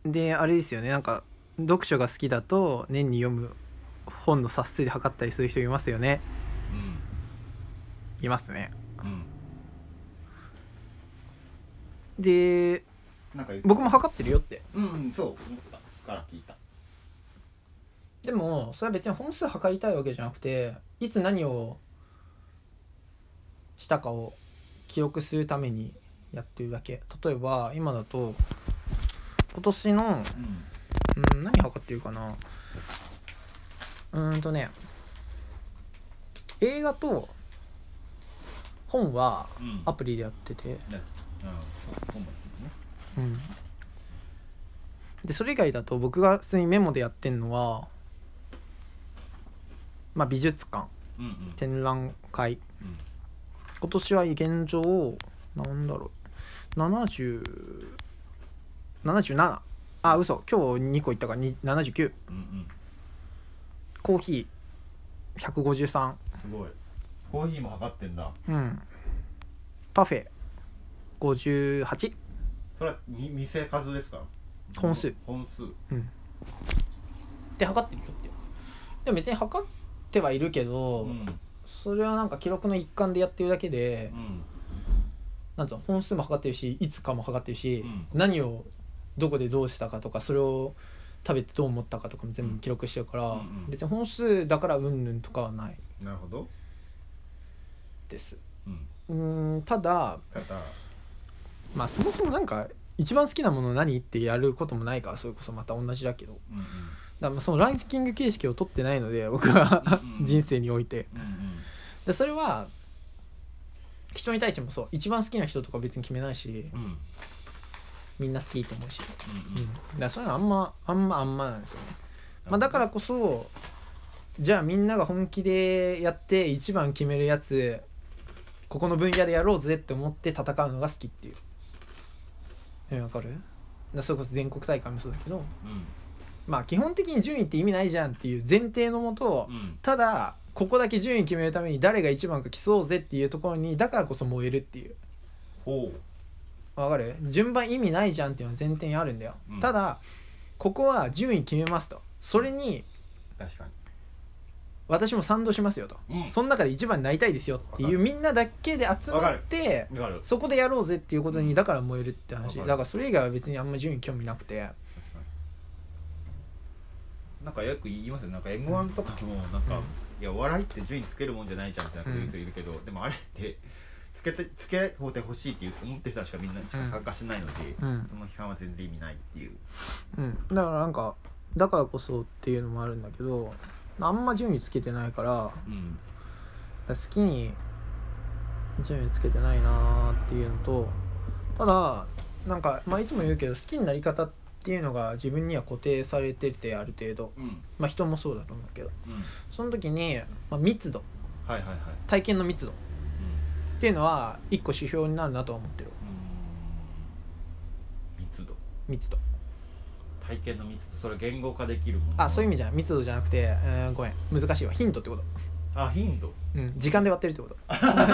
であれですよね、なんか読書が好きだと年に読む本の冊数で測ったりする人いますよね。 うんいますね。 うんでなんか僕も測ってるよって。 うんそう思ったから聞いた。 でもそれは別に本数測りたいわけじゃなくて、いつ何をしたかを記録するためにやってるだけ。例えば今だと今年の何測ってるかな。映画と本はアプリでやってて、でそれ以外だと僕が普通にメモでやってんのは、まあ、美術館、展覧会、今年は現状なんだろう77、あ嘘今日2個いったから79、コーヒー153、 すごい。コーヒーも測ってんだ。 パフェ58、 それは店数ですか？ 本数で測ってるよって。でも別に測ってはいるけど、それはなんか記録の一環でやってるだけで、なんつうの、本数も測ってるしいつかも測ってるし、何をどこでどうしたかとか、それを食べてどう思ったかとかも全部記録してるから、別に本数だからうんぬんとかはないなるほどです。ただまあそもそもなんか一番好きなもの何ってやることもないから、それこそまた同じだけど、だからまあそのランキング形式を取ってないので僕は人生において、でそれは人に対してもそう、一番好きな人とか別に決めないし、みんな好きと思うし、だからそういうのあんまなんですよね。まあ、だからこそじゃあみんなが本気でやって一番決めるやつ、ここの分野でやろうぜって思って戦うのが好きっていう。わかる？それこそ全国大会もそうだけど、まあ基本的に順位って意味ないじゃんっていう前提のもと、ただここだけ順位決めるために誰が一番か競おうぜっていうところに、だからこそ燃えるっていう。わかる？順番意味ないじゃんっていうのは前提にあるんだよ、ただここは順位決めますと、それに確かに私も賛同しますよと、その中で一番になりたいですよっていうみんなだけで集まってそこでやろうぜっていうことに、だから燃えるって話。だからそれ以外は別にあんま順位興味なくて、 なんかよく言いますよ。なんか M1 とかもなんか、いやお笑いって順位つけるもんじゃないじゃんって言う人いるけど、でもあれってつけ方で欲しいって思ってる人しかみんなしか参加してないので、その批判は全然意味ないっていう、 だからなんかだからこそっていうのもあるんだけど、あんま順位つけてないから、好きに順位つけてないなっていうのと、ただなんか、まあ、いつも言うけど好きになり方っていうのが自分には固定されてて、ある程度、まあ人もそうだと思うけど、その時に、まあ、密度、体験の密度っていうのは一個指標になるなとは思ってる。密度体験の密度、それ言語化できるもの？ あ、そういう意味じゃん。密度じゃなくて、ごめん難しいわ。頻度ってこと。 あ、頻度、 時間で割ってるってこと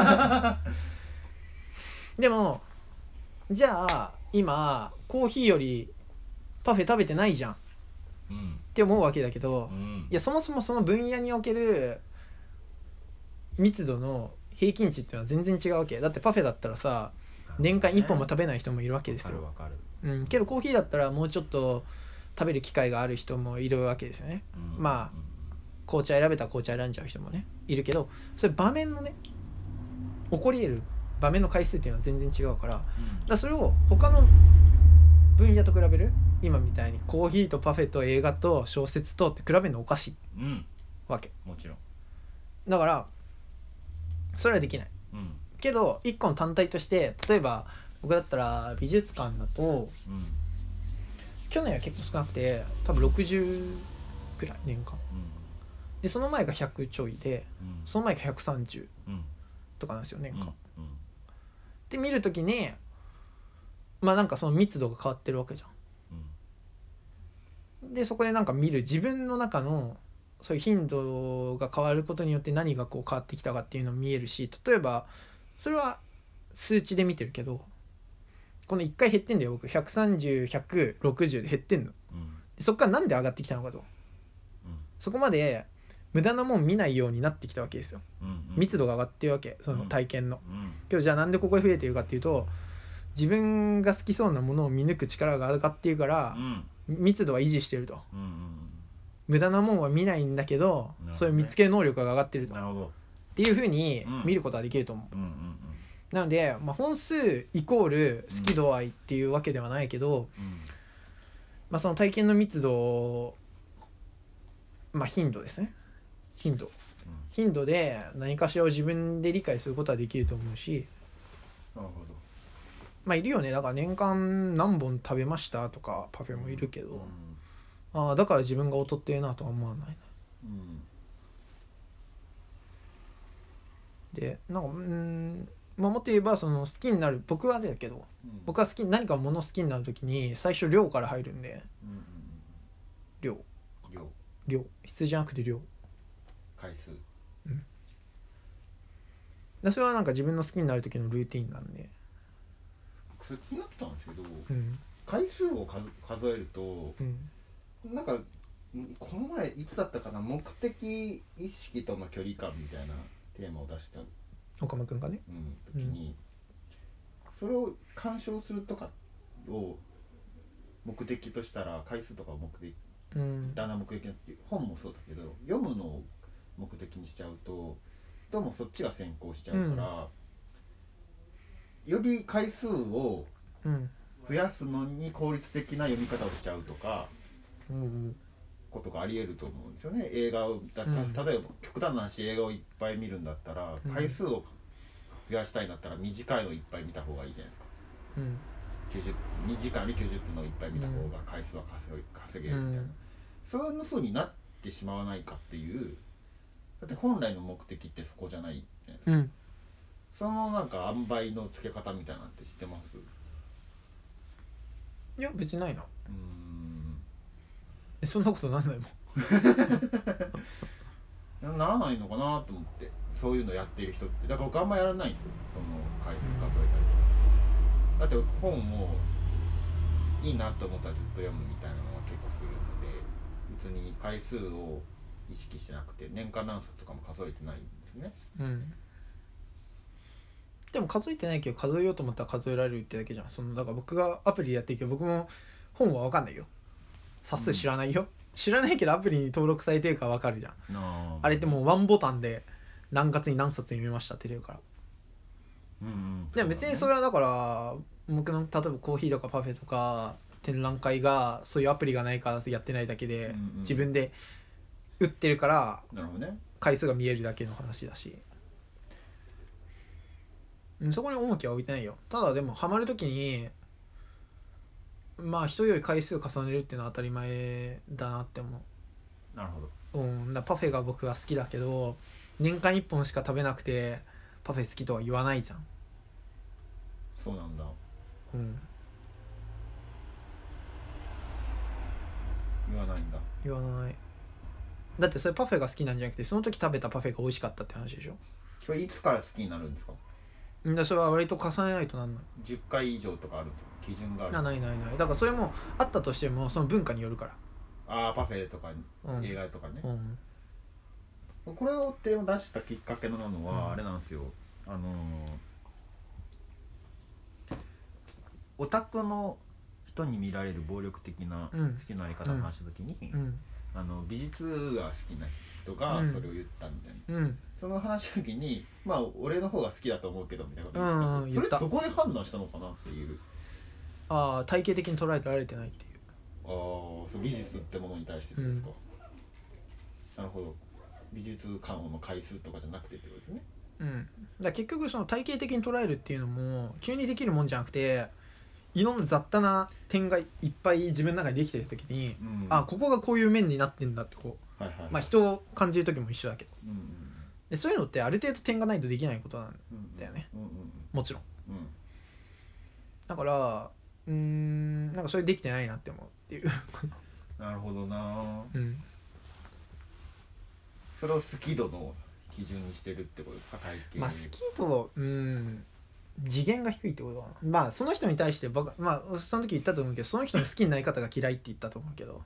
でもじゃあ今コーヒーよりパフェ食べてないじゃん、って思うわけだけど、いやそもそもその分野における密度の平均値っていうのは全然違うわけだって。パフェだったらさ、年間1本も食べない人もいるわけですよ。けどコーヒーだったらもうちょっと食べる機会がある人もいるわけですよね。まあ紅茶選べたら紅茶選んじゃう人もねいるけど、それ場面のね、起こり得る場面の回数っていうのは全然違うから、だからそれを他の分野と比べる、今みたいにコーヒーとパフェと映画と小説とって比べるのおかしいわけ。 もちろんだからそれはできない、けど一個の単体として、例えば僕だったら美術館だと、去年は結構少なくて多分60くらい年間、でその前が100ちょいで、その前が130とかなんですよ年間、で見るときにまあなんかその密度が変わってるわけじゃん、でそこでなんか見る自分の中のそういう頻度が変わることによって何がこう変わってきたかっていうのも見えるし、例えばそれは数値で見てるけど、 この1回減ってんだよ僕。130160で減ってんの、そっからなんで上がってきたのかと、そこまで無駄なもん見ないようになってきたわけですよ、密度が上がってるわけ、その体験の、けどじゃあなんでここで増えてるかっていうと、自分が好きそうなものを見抜く力が上がっているから、密度は維持してると、無駄なもんは見ないんだけど、そういう見つける能力が上がってると、っていう風に見ることができると思う、なので、本数イコール好き度合いっていうわけではないけど、その体験の密度、頻度ですね、頻度で何かしらを自分で理解することはできると思うし、 なるほど、いるよね。だから年間何本食べましたとかパフェもいるけど、だから自分が劣ってるなとは思わない、でなんかもっと言えばその好きになる、僕はだけど、僕は何か物好きになるときに最初量から入るんで、量質じゃなくて量、 回数、 それはなんか自分の好きになる時のルーティンなんで。 それ気になってたんですけど、回数を数えると、なんかこの前いつだったかな、目的意識との距離感みたいなテーマを出した岡間くんがね、 時に、それを鑑賞するとかを目的としたら、回数とかを目的、だな目的なっていう本もそうだけど、読むのを目的にしちゃうとどうもそっちが先行しちゃうから、より回数を増やすのに効率的な読み方をしちゃうとか、ことがあり得ると思うんですよね。映画を例えば極端な話、映画をいっぱい見るんだったら、回数を増やしたいんだったら短いのいっぱい見た方がいいじゃないですか、2時間に90分のいっぱい見た方が回数は稼げるみたいな、そういう風になってしまわないかっていう。だって本来の目的ってそこじゃないじゃないですか、そのなんか塩梅の付け方みたいなんて知ってます？ いや別にないな。そんなことなんないもんならないのかなと思って、そういうのやっている人って。だから僕あんまやらないんですよ、その回数数えたりとか。だって本もいいなと思ったらずっと読むみたいなのは結構するので、別に回数を意識してなくて、年間何冊とかも数えてないんですね。 でも数えてないけど、数えようと思ったら数えられるってだけじゃん。だから僕がアプリでやってるけど、僕も本は分かんないよ、冊数知らないよ、知らないけどアプリに登録されてるから分かるじゃん。あれってもうワンボタンで何月に何冊読みましたって出るから、でも別にそれはだから僕の例えばコーヒーとかパフェとか展覧会がそういうアプリがないからやってないだけで、自分で打ってるから回数が見えるだけの話だし、そこに重きは置いてないよ。ただでもハマるときに人より回数重ねるっていうのは当たり前だなって思う。 なるほど。だパフェが僕が好きだけど、年間1本しか食べなくてパフェ好きとは言わないじゃん。 そうなんだ。言わないんだ。 言わない。だってそれパフェが好きなんじゃなくて、その時食べたパフェが美味しかったって話でしょ。 それいつから好きになるんですか？ それは割と重ねないとなんない。 10回以上とかあるんですか？基準がある？ ない。だからそれもあったとしてもその文化によるから。 パフェとか、映画とかね。これをテーマ出したきっかけなのはあれなんですよ。オタクの人に見られる暴力的な好きなやり方の話した時に、美術が好きな人がそれを言ったみたいな、その話した時に俺の方が好きだと思うけどみたいなこと言った。それどこで判断したのかなっていう。 体系的に捉えられてないっていう。 美術ってものに対してですか。なるほど。美術館の回数とかじゃなくてってことですね。 だ結局その体系的に捉えるっていうのも急にできるもんじゃなくて、いろんな雑多な点がいっぱい自分の中にできてる時に、ここがこういう面になってんだって人を感じる時も一緒だけど、でそういうのってある程度点がないとできないことなんだよね、もちろん、だからなんかそれできてないなって思うっていうなるほどな。それを好き度の基準にしてるってことですか？体系。 好き度次元が低いってことかな。まあその人に対して僕まあその時言ったと思うけど、その人の好きになり方が嫌いって言ったと思うけど